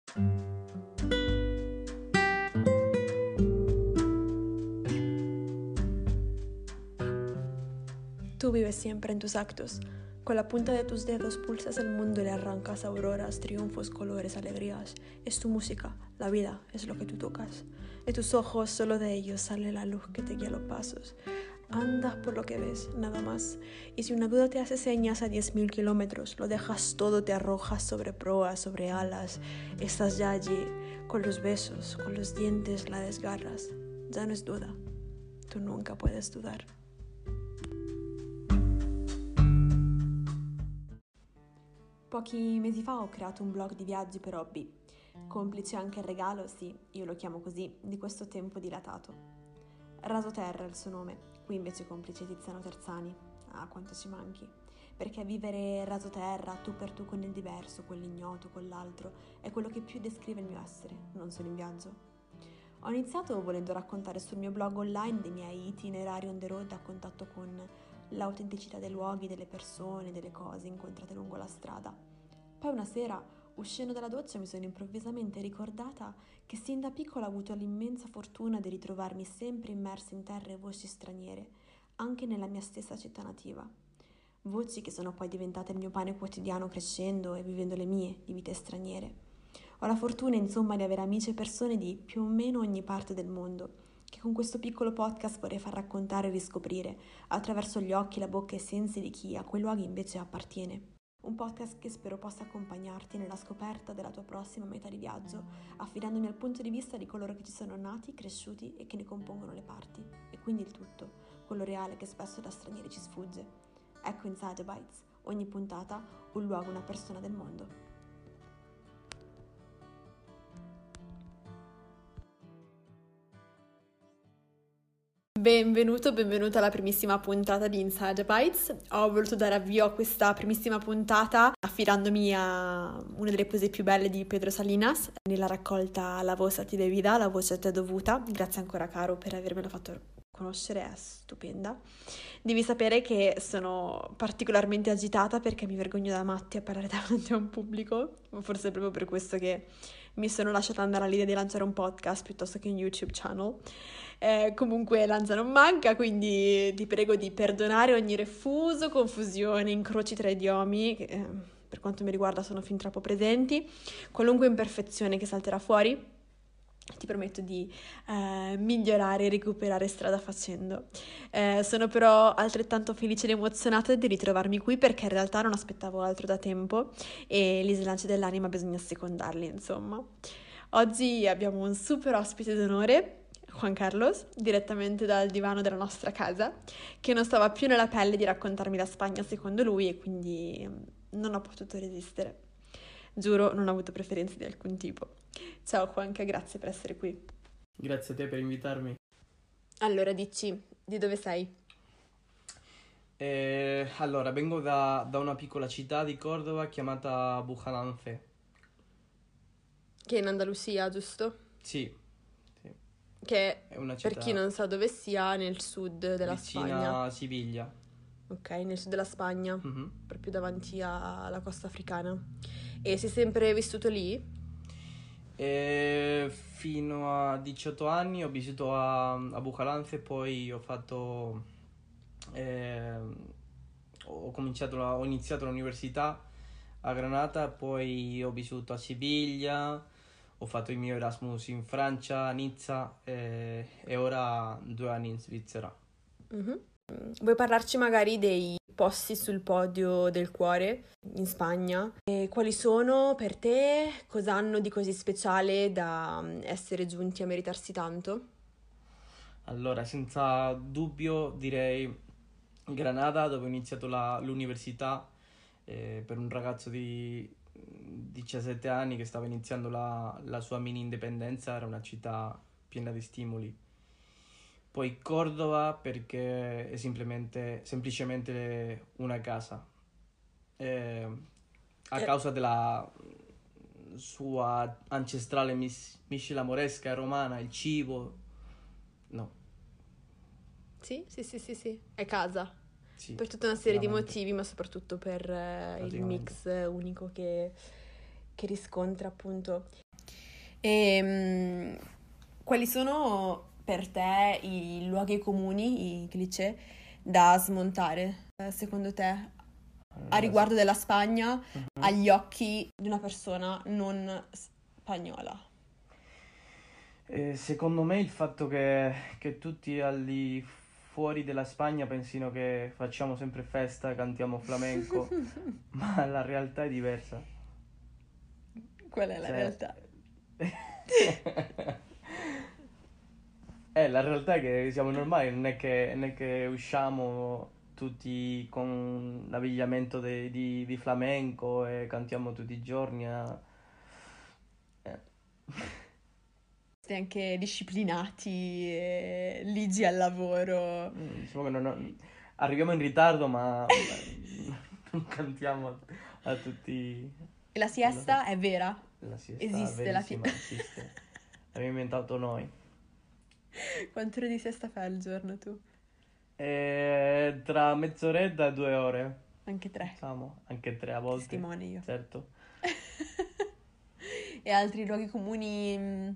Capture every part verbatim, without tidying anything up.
Tú vives siempre en tus actos. Con la punta de tus dedos pulsas el mundo y le arrancas auroras, triunfos, colores, alegrías. Es tu música, la vida es lo que tú tocas. De tus ojos, solo de ellos sale la luz que te guía los pasos. Andas por lo que ves, nada más. Y si una duda te hace señas a diez mil kilómetros, lo dejas todo, te arrojas sobre proas, sobre alas. Estás ya allí, con los besos, con los dientes, la desgarras. Ya no es duda. Tú nunca puedes dudar. Pochi mesi fa ho creato un blog di viaggi per hobby, complice anche il regalo, sì, io lo chiamo così, di questo tempo dilatato. Rasoterra è il suo nome, qui invece complice Tiziano Terzani. Ah, quanto ci manchi. Perché vivere rasoterra, tu per tu con il diverso, con l'ignoto, con l'altro, è quello che più descrive il mio essere, non solo in viaggio. Ho iniziato volendo raccontare sul mio blog online dei miei itinerari on the road a contatto con l'autenticità dei luoghi, delle persone, delle cose incontrate lungo la strada. Poi una sera, uscendo dalla doccia, mi sono improvvisamente ricordata che sin da piccola ho avuto l'immensa fortuna di ritrovarmi sempre immersa in terre e voci straniere, anche nella mia stessa città nativa. Voci che sono poi diventate il mio pane quotidiano crescendo e vivendo le mie di vite straniere. Ho la fortuna, insomma, di avere amici e persone di più o meno ogni parte del mondo, che con questo piccolo podcast vorrei far raccontare e riscoprire, attraverso gli occhi, la bocca e i sensi di chi a quei luoghi invece appartiene. Un podcast che spero possa accompagnarti nella scoperta della tua prossima meta di viaggio, affidandomi al punto di vista di coloro che ci sono nati, cresciuti e che ne compongono le parti, e quindi il tutto, quello reale che spesso da stranieri ci sfugge. Ecco Inside the Bites, ogni puntata un luogo, una persona del mondo. Benvenuto, benvenuta alla primissima puntata di Inside the Bites. Ho voluto dare avvio a questa primissima puntata affidandomi a una delle poesie più belle di Pedro Salinas nella raccolta La voce ti de vida, la voce a te dovuta. Grazie ancora caro per avermelo fatto conoscere, è stupenda. Devi sapere che sono particolarmente agitata perché mi vergogno da matti a parlare davanti a un pubblico, forse è proprio per questo che mi sono lasciata andare all'idea di lanciare un podcast piuttosto che un YouTube channel. Eh, comunque l'ansia non manca, quindi ti prego di perdonare ogni refuso, confusione, incroci tra idiomi, che eh, per quanto mi riguarda sono fin troppo presenti, qualunque imperfezione che salterà fuori. Ti prometto di eh, migliorare e recuperare strada facendo. Eh, sono però altrettanto felice ed emozionata di ritrovarmi qui perché in realtà non aspettavo altro da tempo e gli slanci dell'anima bisogna secondarli, insomma. Oggi abbiamo un super ospite d'onore, Juan Carlos, direttamente dal divano della nostra casa, che non stava più nella pelle di raccontarmi la Spagna secondo lui e quindi non ho potuto resistere. Giuro, non ho avuto preferenze di alcun tipo. Ciao Juanca, grazie per essere qui. Grazie a te per invitarmi. Allora, dici, di dove sei? Eh, allora, vengo da, da una piccola città di Cordova chiamata Bujalance. Che è in Andalusia, giusto? Sì, sì. Che, È una città per chi non sa dove sia, nel sud della vicina Spagna. a Siviglia. Ok, nel sud della Spagna, Mm-hmm. proprio davanti alla costa africana. E sei sempre vissuto lì? E fino a diciotto anni ho vissuto a, a Bujalance, poi ho fatto eh, ho cominciato la- ho iniziato l'università a Granada, poi ho vissuto a Siviglia, ho fatto il mio Erasmus in Francia, a Nizza eh, e ora due anni in Svizzera. Mhm. Vuoi parlarci magari dei posti sul podio del cuore in Spagna? E quali sono per te? Cosa hanno di così speciale da mm, essere giunti a meritarsi tanto? Allora, senza dubbio direi Granada, dove ho iniziato la- l'università eh, per un ragazzo di diciassette anni che stava iniziando la, la sua mini indipendenza, era una città piena di stimoli. Poi Cordova perché è semplicemente, semplicemente una casa. Eh, a Eh. causa della sua ancestrale mis- miscela moresca e romana, il cibo, no, Sì, sì, sì, sì, sì. È casa. sì, Per tutta una serie di veramente. motivi, ma soprattutto per eh, il Praticamente. mix unico che, che riscontra, appunto. E mm, quali sono per te i luoghi comuni, i cliché, da smontare, eh, secondo te, a Allora, riguardo della Spagna, sì. Mhm. agli occhi di una persona non spagnola? Eh, secondo me il fatto che, che tutti al di fuori della Spagna pensino che facciamo sempre festa, cantiamo flamenco, ma la realtà è diversa. Qual è la Cioè, realtà? eh, la realtà è che siamo normali, non è che, non è che usciamo tutti con l'abbigliamento de- di, di flamenco e cantiamo tutti i giorni. a- eh. Siete anche disciplinati, e ligi al lavoro. Mm, Diciamo che non, non- arriviamo in ritardo, ma ma non cantiamo a, a tutti. E la la, siesta è vera? la siesta Esiste la verissima, siesta? esiste. L'abbiamo inventato noi. Quante ore di siesta fai al giorno tu? E tra mezz'oretta e due ore, Anche tre. diciamo, anche tre a volte, Testimone io. certo. E altri luoghi comuni, mh,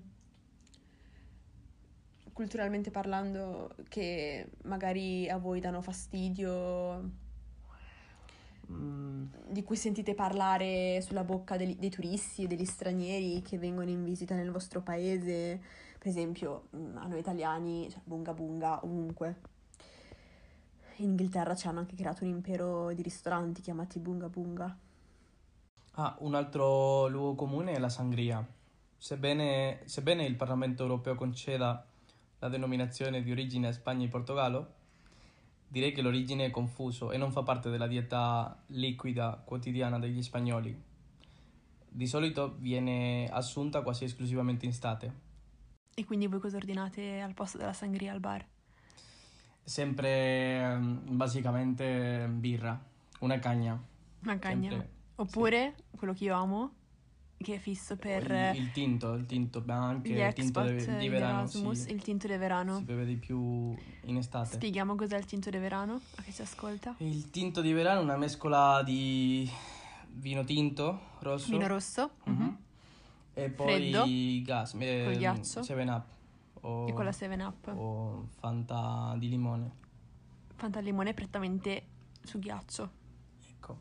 culturalmente parlando, che magari a voi danno fastidio, Mm, di cui sentite parlare sulla bocca degli- dei turisti e degli stranieri che vengono in visita nel vostro paese? Per esempio, mh, a noi italiani, cioè, bunga bunga ovunque. In Inghilterra ci hanno anche creato un impero di ristoranti chiamati Bunga Bunga. Ah, un altro luogo comune è la sangria. Sebbene, sebbene il Parlamento europeo conceda la denominazione di origine a Spagna e Portogallo, direi che l'origine è confuso e non fa parte della dieta liquida quotidiana degli spagnoli. Di solito viene assunta quasi esclusivamente in estate. E quindi voi cosa ordinate al posto della sangria al bar? Sempre ehm, basicamente birra, una cagna. Una cagna. Sempre, Oppure, quello che io amo, che è fisso O per il, il tinto, il tinto, ma anche gli il tinto expat, de- di gli verano Erasmus, si, il tinto di si verano. beve di più in estate. Spieghiamo cos'è il tinto di verano a chi ci ascolta. Il tinto di verano è una mescola di vino tinto, rosso, Vino rosso, mhm, mhm, e freddo, poi gas, col ghiaccio seven up o, e con la seven up. o Fanta di limone. Fanta al limone prettamente su ghiaccio. Ecco.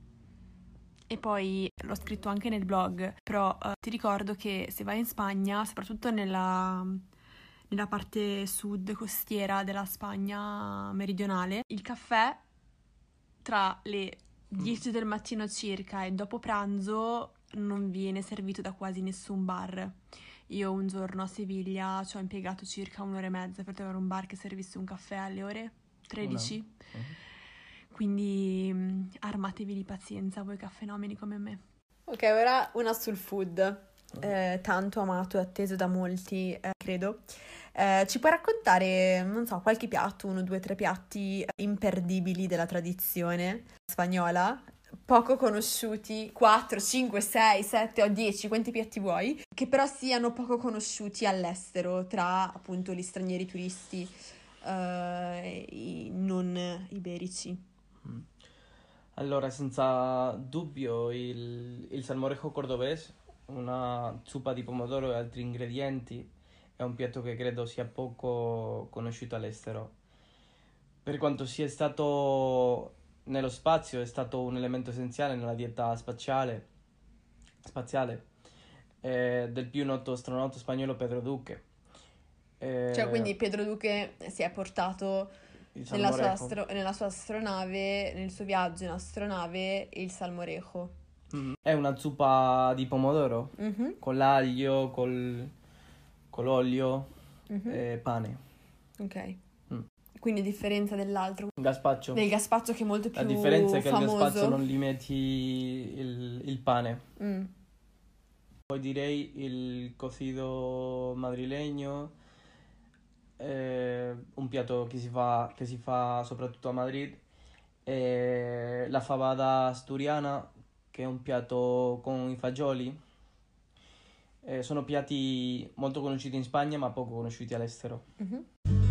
E poi l'ho scritto anche nel blog, però eh, ti ricordo che se vai in Spagna, soprattutto nella, nella parte sud costiera della Spagna meridionale, il caffè tra le dieci del mattino circa e dopo pranzo non viene servito da quasi nessun bar. Io un giorno a Siviglia ci ho impiegato circa un'ora e mezza per trovare un bar che servisse un caffè alle ore tredici. Una- mhm. Quindi mh, armatevi di pazienza voi caffenomeni come me. Ok, ora una sul food, eh, tanto amato e atteso da molti, eh, credo. Eh, ci puoi raccontare, non so, qualche piatto, uno, due, tre piatti imperdibili della tradizione spagnola? Poco conosciuti, quattro, cinque, sei, sette o dieci, quanti piatti vuoi, che però siano poco conosciuti all'estero tra appunto gli stranieri turisti eh, i non iberici. mm. Allora, senza dubbio, il, il salmorejo cordobés, una zuppa di pomodoro e altri ingredienti, è un piatto che credo sia poco conosciuto all'estero. Per quanto sia stato nello spazio, è stato un elemento essenziale nella dieta spaziale, spaziale eh, del più noto astronauta spagnolo Pedro Duque. Eh, Cioè, quindi Pedro Duque si è portato il nella sua, salmorejo. astro- nella sua astronave, nel suo viaggio in astronave, il salmorejo. Mm. È una zuppa di pomodoro Mhm, con l'aglio, col, con l'olio mhm. e pane. Ok. Mm. Quindi a differenza dell'altro, Gazpacho. del gazpacho che è molto più La differenza è che al famoso. gazpacho non gli metti il, il pane. Mm. Poi direi il cocido madrileño, eh, un piatto che si fa, che si fa soprattutto a Madrid, e la fabada asturiana, che è un piatto con i fagioli. Eh, sono piatti molto conosciuti in Spagna ma poco conosciuti all'estero. Mhm.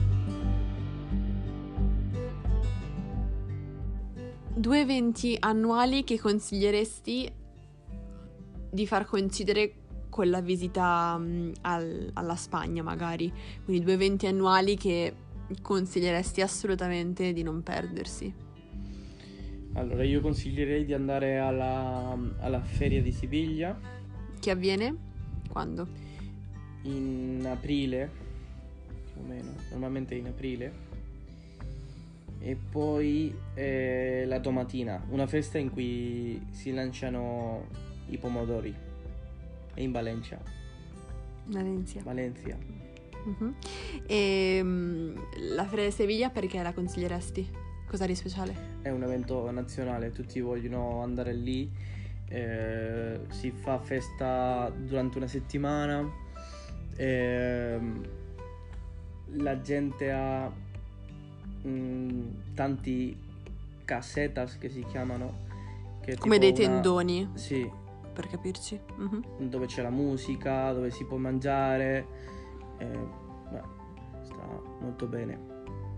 Due eventi annuali che consiglieresti di far coincidere con la visita mh, al- alla Spagna magari, quindi due eventi annuali che consiglieresti assolutamente di non perdersi. Allora, io consiglierei di andare alla, alla feria di Siviglia Che avviene? Quando? in aprile, più o meno, normalmente in aprile. E poi eh, la Tomatina, una festa in cui si lanciano i pomodori. È in Valencia, Valencia. Valencia. Mhm. E mh, la Feria di Seviglia perché la consiglieresti? Cosa di speciale? È un evento nazionale, tutti vogliono andare lì. eh, si fa festa durante una settimana. ehm, la gente ha mm, tanti casetas che si chiamano, che è Come tipo dei una- tendoni, Sì, per capirci. Mhm. dove c'è la musica, dove si può mangiare. eh, beh, sta molto bene.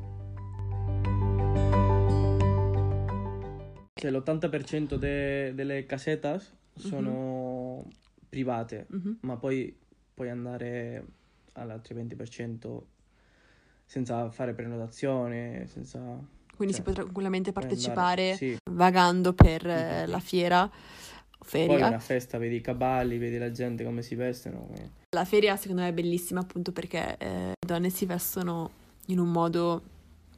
Cioè, l'ottanta per cento de- delle casetas sono private, Mhm. ma poi puoi andare all'altro venti per cento senza fare prenotazione, senza... Quindi cioè, si può tranquillamente puoi partecipare andare- Sì. vagando per eh, Mhm. la fiera, Poi è feria. una festa, vedi i cavalli, vedi la gente come si vestono. eh. La feria secondo me è bellissima appunto perché eh, le donne si vestono in un modo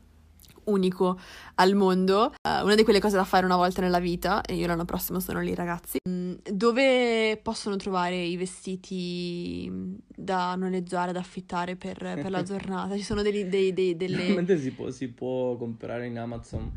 unico al mondo. Eh, una di quelle cose da fare una volta nella vita, e io l'anno prossimo sono lì, ragazzi. Mm, dove possono trovare i vestiti mm, da noleggiare, da affittare per, per la giornata? Ci sono dei, dei- dei- delle... Normalmente si può, si può comprare in Amazon,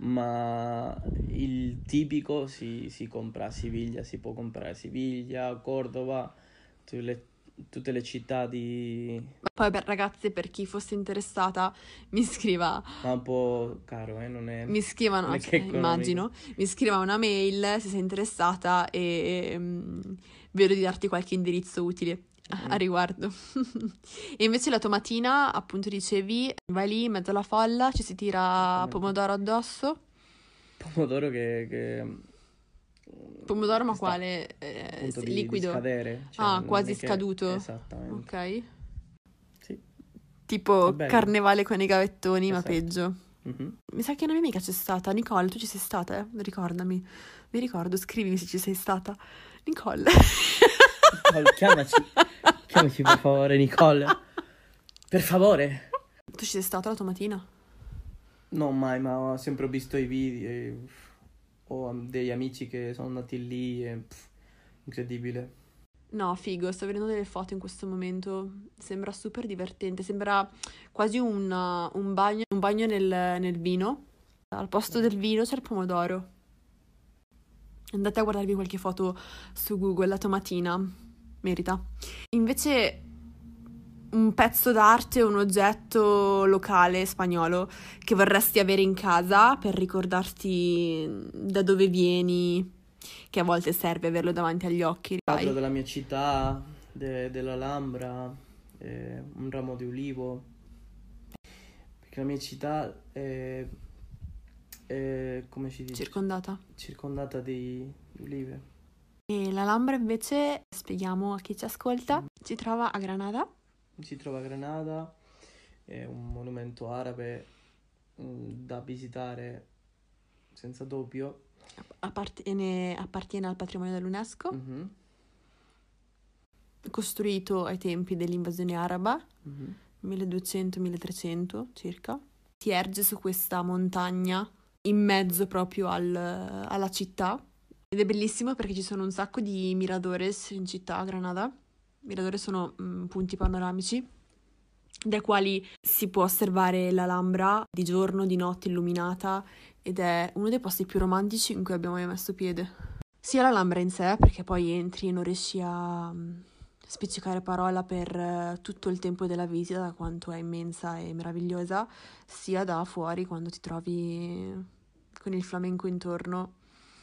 ma il tipico si, si compra a Siviglia, si può comprare a Siviglia, Cordova, tutte le, tutte le città di... Poi per ragazze, per chi fosse interessata, mi scriva, ma un po' caro, eh, non è... mi scrivano, non è cioè, che è economico. immagino, mi scriva una mail se sei interessata e mm, vedo di darti qualche indirizzo utile a, a Mm. riguardo. E invece la tomatina, appunto dicevi, vai lì in mezzo alla folla, ci si tira Esattamente. pomodoro addosso. Pomodoro che... che Pomodoro ma che sta quale? Eh, a punto s- di, di liquido? scadere. Cioè, Ah, non quasi è che- scaduto. Esattamente. Ok. Sì, Tipo è bello. carnevale con i gavettoni, ma Esatto. peggio. Mhm. Mi sa che una mia amica c'è stata. Nicole, tu ci sei stata? Eh? Ricordami. Mi ricordo, scrivimi se ci sei stata. Nicole. Nicole, chiamaci. Chiamaci per favore, Nicole. Per favore. Tu ci sei stata la tomatina? No, mai, ma ho sempre visto i video. E ho degli amici che sono andati lì e pff, incredibile. No, figo, sto vedendo delle foto in questo momento. Sembra super divertente. Sembra quasi un, uh, un bagno, un bagno nel, nel vino. Al posto del vino c'è il pomodoro. Andate a guardarvi qualche foto su Google, la tomatina. Merita. Invece un pezzo d'arte, un oggetto locale spagnolo che vorresti avere in casa per ricordarti da dove vieni, che a volte serve averlo davanti agli occhi. Il quadro Vai. della mia città, de- dell'Alhambra, eh, un ramo di ulivo. Perché la mia città è, è, come si dice? Circondata. Circondata di di ulive. E l'Alhambra invece, spieghiamo a chi ci ascolta, si trova a Granada. Si trova a Granada, è un monumento arabe mm, da visitare senza dubbio. Appartiene, appartiene al patrimonio dell'UNESCO, Mhm, costruito ai tempi dell'invasione araba, mhm. milleduecento milletrecento circa. Si erge su questa montagna in mezzo proprio al- alla città ed è bellissimo perché ci sono un sacco di miradores in città a Granada. Miradores sono mm, punti panoramici dai quali si può osservare l'Alhambra di giorno, di notte illuminata ed è uno dei posti più romantici in cui abbiamo mai messo piede. Sia l'Alhambra in sé, perché poi entri e non riesci a mm, spiccicare parola per eh, tutto il tempo della visita, da quanto è immensa e meravigliosa, sia da fuori quando ti trovi con il flamenco intorno,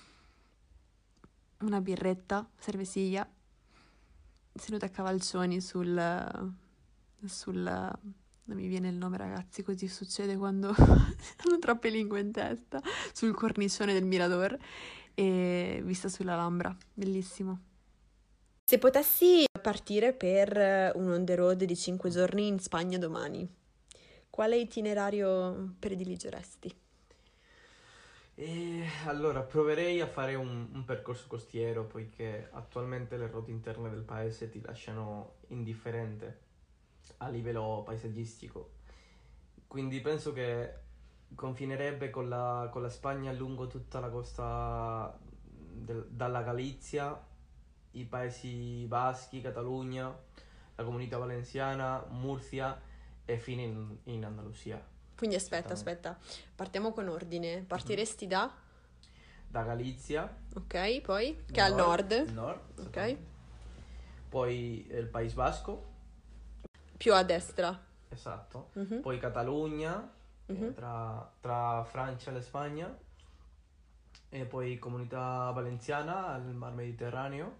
una birretta, cervesilla, seduta a cavalcioni sul... sul... non mi viene il nome, ragazzi, così succede quando hanno troppe lingue in testa, sul cornicione del Mirador e vista sull'Alhambra, bellissimo. Se potessi partire per un on the road di cinque giorni in Spagna domani, quale itinerario prediligeresti? E allora proverei a fare un, un percorso costiero, poiché attualmente le rotte interne del paese ti lasciano indifferente a livello paesaggistico. Quindi penso che confinerebbe con la, con la Spagna lungo tutta la costa del- dalla Galizia, i Paesi Baschi, Catalogna, la Comunità Valenciana, Murcia e fino in, in Andalusia. Quindi aspetta, Esattamente. aspetta, partiamo con ordine. Partiresti da? Da Galizia, Ok, poi? Che è al nord. il nord, Ok. esattamente. Poi il País Basco, Più a destra. esatto. Mhm. Poi Catalogna, eh, Mhm. tra, tra Francia e Spagna. E poi Comunità Valenciana al Mar Mediterraneo.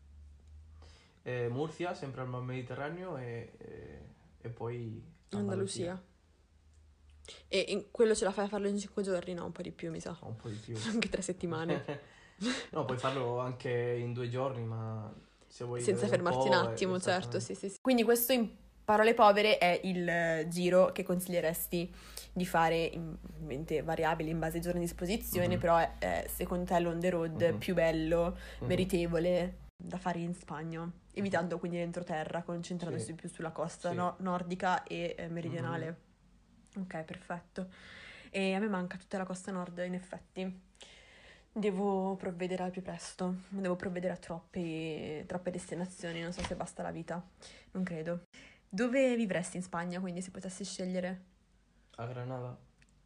E Murcia, sempre al Mar Mediterraneo. E, e- e poi Andalusia. Andalusia. E in- quello ce la fai a farlo in cinque giorni? No, un po' di più, mi sa. Un po' di più. Anche tre settimane. No, puoi farlo anche in due giorni, ma se vuoi Senza vedere un fermarti un po', eh, attimo, certo, esattamente. sì, sì, sì. Quindi questo in parole povere è il eh, giro che consiglieresti di fare in mente variabili in base ai giorni a disposizione, Mhm. però è, è, secondo te l'on the road Mhm. più bello, Mhm. meritevole da fare in Spagna, evitando quindi l'entroterra, concentrandosi Sì. più sulla costa Sì. no- nordica e eh, meridionale. Ok, perfetto. E a me manca tutta la costa nord, in effetti. Devo provvedere al più presto, devo provvedere a troppi, troppe destinazioni, non so se basta la vita, non credo. Dove vivresti in Spagna, quindi, se potessi scegliere? A Granada.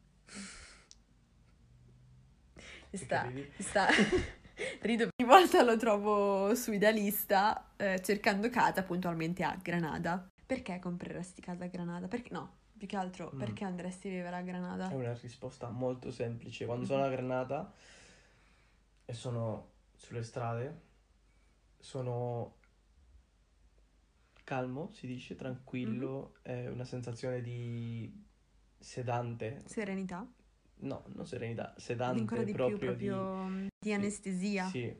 Si Che sta, ridi? si sta... Rido, ogni volta lo trovo su Idealista, eh, cercando casa puntualmente a Granada. Perché compreresti casa a Granada? Perché, no, più che altro, Mm. perché andresti a vivere a Granada? È una risposta molto semplice. Quando sono a Granada e sono sulle strade, sono calmo, si dice, tranquillo, è una sensazione di sedante. Serenità? No, non serenità, Ancora sedante di più, proprio di... proprio mm, di sì, anestesia. Sì.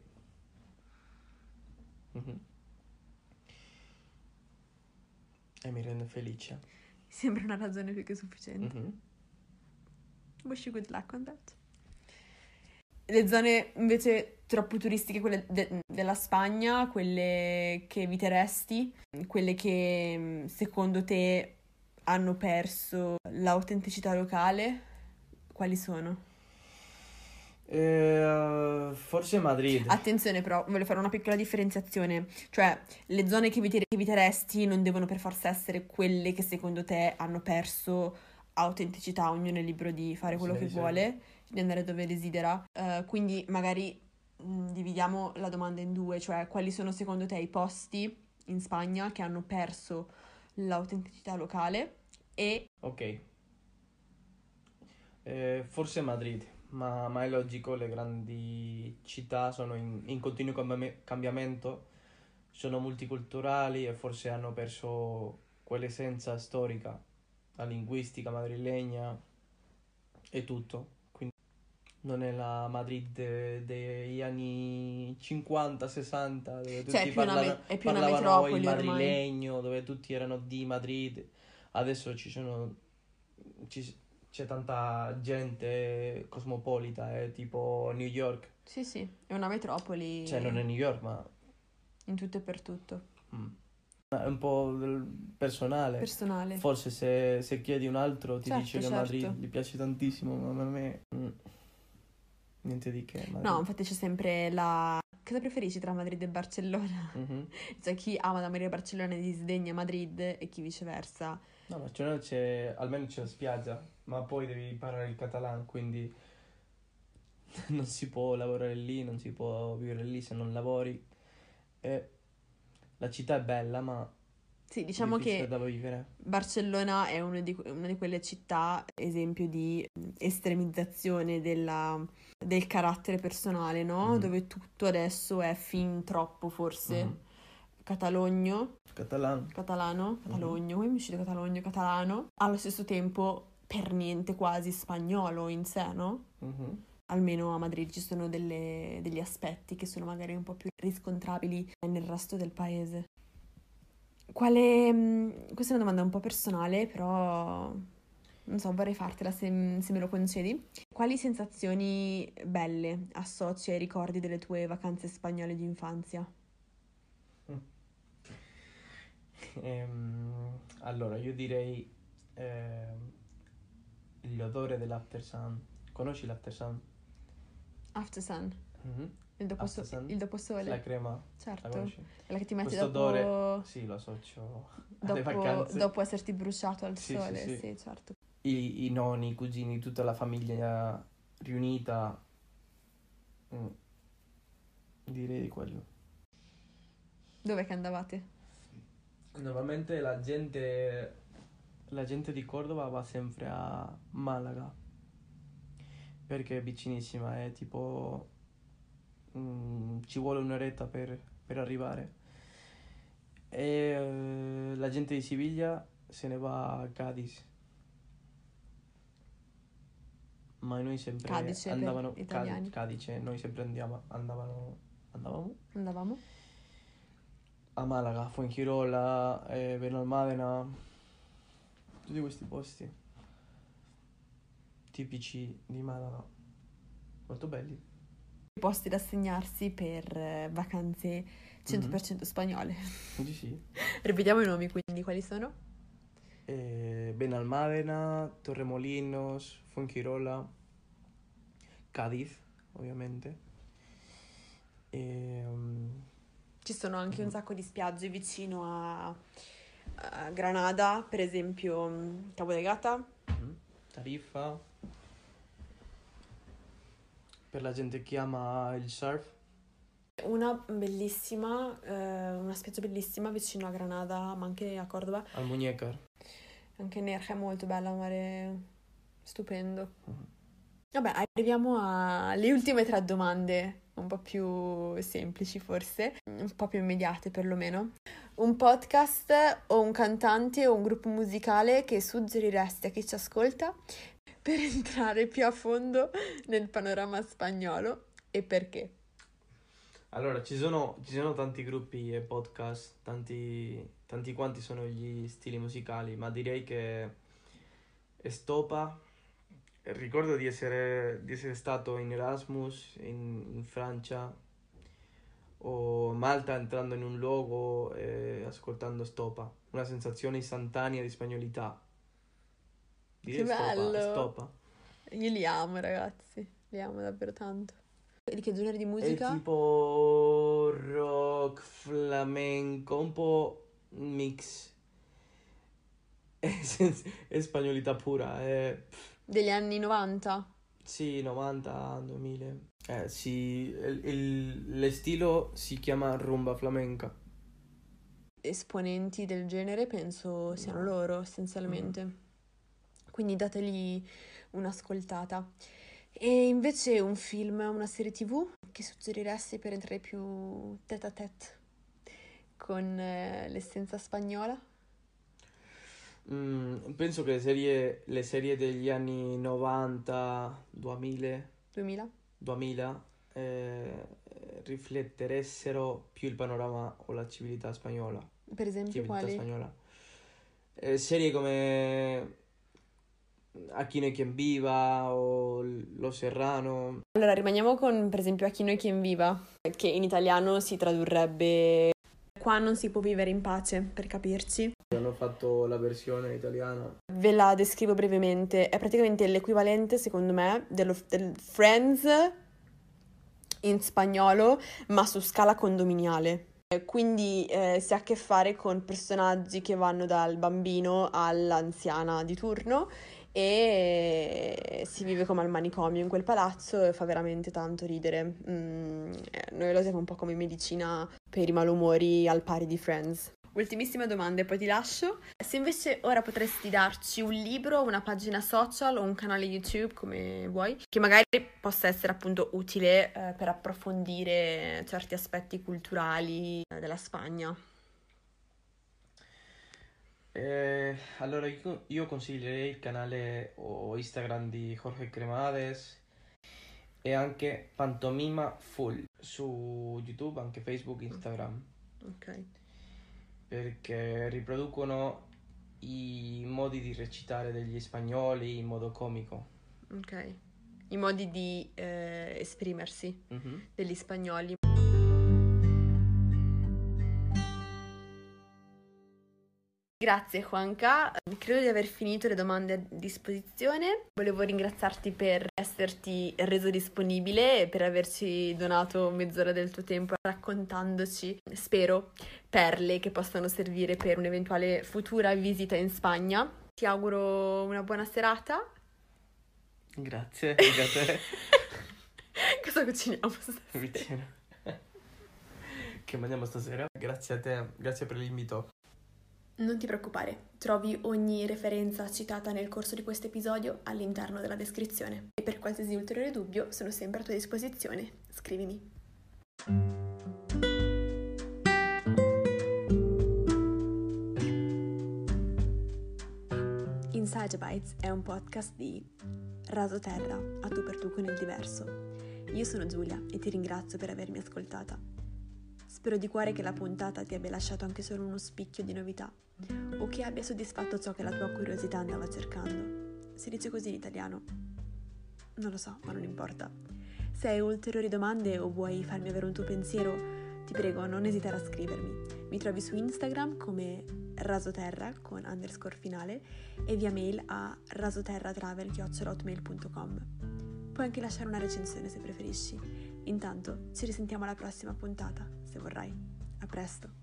Mhm. E mi rende felice. Sembra una ragione più che sufficiente. Mhm. Wish you good luck on that. Le zone invece troppo turistiche, quelle de- della Spagna, quelle che eviteresti, quelle che mm, secondo te hanno perso l'autenticità locale, quali sono? Eh, forse Madrid. Attenzione però, voglio fare una piccola differenziazione, cioè le zone che eviter- che eviteresti non devono per forza essere quelle che secondo te hanno perso autenticità, ognuno è libero di fare quello Sì, che sì. vuole, di andare dove desidera. Eh, quindi magari mh, dividiamo la domanda in due, cioè quali sono secondo te i posti in Spagna che hanno perso l'autenticità locale e Ok. Eh, forse Madrid, ma, ma è logico, le grandi città sono in, in continuo cambiame- cambiamento, sono multiculturali e forse hanno perso quell'essenza storica, la linguistica madrilegna e tutto. Quindi non è la Madrid de- degli anni cinquanta sessanta, dove cioè è tutti più una, parlano, me- è più una parlavano il metropoli ormai. madrilegno, dove tutti erano di Madrid. Adesso ci sono ci- c'è tanta gente cosmopolita, è tipo New York. Sì, sì, è una metropoli Cioè non è New York, ma in tutto e per tutto. mm, è un po' del- personale. Personale. Forse se, se chiedi un altro ti Certo, dice che certo. Madrid gli piace tantissimo, ma a me mm, niente di che. Madrid. No, infatti c'è sempre la... Cosa preferisci tra Madrid e Barcellona? Mhm. C'è chi ama da morire Barcellona e disdegna Madrid e chi viceversa. No, ma cioè, c'è, almeno c'è la spiaggia, ma poi devi imparare il catalano, quindi non si può lavorare lì, non si può vivere lì se non lavori. E la città è bella, ma Sì, diciamo difficile che da vivere. Barcellona è una di, una di quelle città, esempio di estremizzazione della- del carattere personale, no? Mhm. Dove tutto adesso è fin troppo, forse, Mhm. catalogno, Catalano. catalano, catalogno, come mi uscite catalogno, catalano, allo stesso tempo per niente quasi spagnolo in sé, no? Mhm. almeno a Madrid ci sono delle- degli aspetti che sono magari un po' più riscontrabili nel resto del paese. Quale... mh, Questa è una domanda un po' personale, però non so, vorrei fartela se, se me lo concedi. Quali sensazioni belle associ ai ricordi delle tue vacanze spagnole di infanzia? Ehm, allora, io direi ehm, l'odore dell'After Sun. Conosci l'After Sun? After Sun, Mhm. il dopo, After Sun? il doposole. La crema, la Certo, conosci? quella che ti metti Questo dopo, odore, sì, lo associo alle dopo, vacanze. dopo esserti bruciato al Sì, sì, sole, sì. sì, certo. I, i nonni, i cugini, tutta la famiglia riunita. Mm, direi di quello. Dov'è che andavate? Normalmente la gente, la gente di Cordova va sempre a Malaga perché è vicinissima, è tipo mm, ci vuole un'oretta per, per arrivare. E eh, la gente di Siviglia se ne va a Cadiz, ma noi sempre Cadice per andavano Cadi- italiani. Cadice, noi sempre andiamo, andavano, andavamo Andavamo? a Malaga, Fuengirola, eh, Benalmádena, tutti questi posti tipici di Malaga, molto belli. Posti da segnarsi per eh, vacanze cento per cento spagnole. Sì, sì. Ripetiamo i nomi quindi, quali sono? Eh, Benalmádena, Torremolinos, Fuengirola, Cádiz, ovviamente. E, um, Ci sono anche un Mhm. sacco di spiagge vicino a, a Granada, per esempio mm, Cabo de Gata. mhm, Tarifa, per la gente che ama il surf. Una bellissima, eh, una spiaggia bellissima vicino a Granada, ma anche a Cordova. Almuñécar. Anche Nerja è molto bella, un mare stupendo. Mhm. Vabbè, arriviamo alle ultime tre domande, un po' più semplici forse, un po' più immediate perlomeno. Un podcast o un cantante o un gruppo musicale che suggeriresti a chi ci ascolta per entrare più a fondo nel panorama spagnolo e perché? Allora, ci sono, ci sono tanti gruppi e podcast, tanti, tanti quanti sono gli stili musicali, ma direi che Estopa, ricordo di essere, di essere stato in Erasmus in, in Francia o Malta entrando in un luogo e ascoltando Stopa, una sensazione istantanea di spagnolità. Che Direi Stopa, bello! Stopa. Io li amo ragazzi, li amo davvero tanto. Di che genere di È musica? tipo rock, flamenco, un po' mix. È, sens- è spagnolità pura, è... Degli anni novanta? Sì, novanta, duemila. Eh, sì, il, il- l'estilo si chiama rumba flamenca. Esponenti del genere penso siano No. loro essenzialmente. Quindi dategli un'ascoltata. E invece un film, una serie ti vu che suggeriresti per entrare più tête à tête con eh, l'essenza spagnola? Mm, penso che le serie, le serie degli anni novanta, duemila, duemila? duemila eh, rifletteressero più il panorama o la civiltà spagnola. Per esempio Civiltà quali? spagnola. Eh, serie come Aquí no hay quien viva o Lo Serrano. Allora rimaniamo con per esempio A chi noi chi viva, che in italiano si tradurrebbe Qua non si può vivere in pace, per capirci. Hanno fatto la versione italiana. Ve la descrivo brevemente, è praticamente l'equivalente, secondo me, dello, del Friends in spagnolo, ma su scala condominiale. Eh, Quindi eh, si ha a che fare con personaggi che vanno dal bambino all'anziana di turno e si vive come al manicomio in quel palazzo e fa veramente tanto ridere. Mm, eh, noi lo usiamo un po' come medicina per i malumori al pari di Friends. Ultimissime domande, poi ti lascio. Se invece ora potresti darci un libro, una pagina social o un canale YouTube, come vuoi, che magari possa essere appunto utile eh, per approfondire certi aspetti culturali eh, della Spagna. Eh, allora io, io consiglierei il canale o Instagram di Jorge Cremades. e anche Pantomima Full su YouTube, anche Facebook, Instagram, Ok. perché riproducono i modi di recitare degli spagnoli in modo comico. Ok. I modi di eh, esprimersi Mhm. degli spagnoli. Grazie Juanca, credo di aver finito le domande a disposizione. Volevo ringraziarti per esserti reso disponibile e per averci donato mezz'ora del tuo tempo raccontandoci, spero, perle che possano servire per un'eventuale futura visita in Spagna. Ti auguro una buona serata. Grazie, anche a te. Cosa cuciniamo stasera? Vicino. Che mangiamo stasera? Grazie a te, grazie per l'invito. Non ti preoccupare, trovi ogni referenza citata nel corso di questo episodio all'interno della descrizione. E per qualsiasi ulteriore dubbio sono sempre a tua disposizione. Scrivimi. Inside Bites è un podcast di Raso Terra, a tu per tu con il diverso. Io sono Giulia e ti ringrazio per avermi ascoltata. Spero di cuore che la puntata ti abbia lasciato anche solo uno spicchio di novità o che abbia soddisfatto ciò che la tua curiosità andava cercando. Si dice così in italiano? Non lo so, ma non importa. Se hai ulteriori domande o vuoi farmi avere un tuo pensiero, ti prego non esitare a scrivermi. Mi trovi su Instagram come rasoterra con underscore finale e via mail a rasoterratravel chiocciola hotmail punto com. Puoi anche lasciare una recensione se preferisci. Intanto ci risentiamo alla prossima puntata, se vorrai. A presto!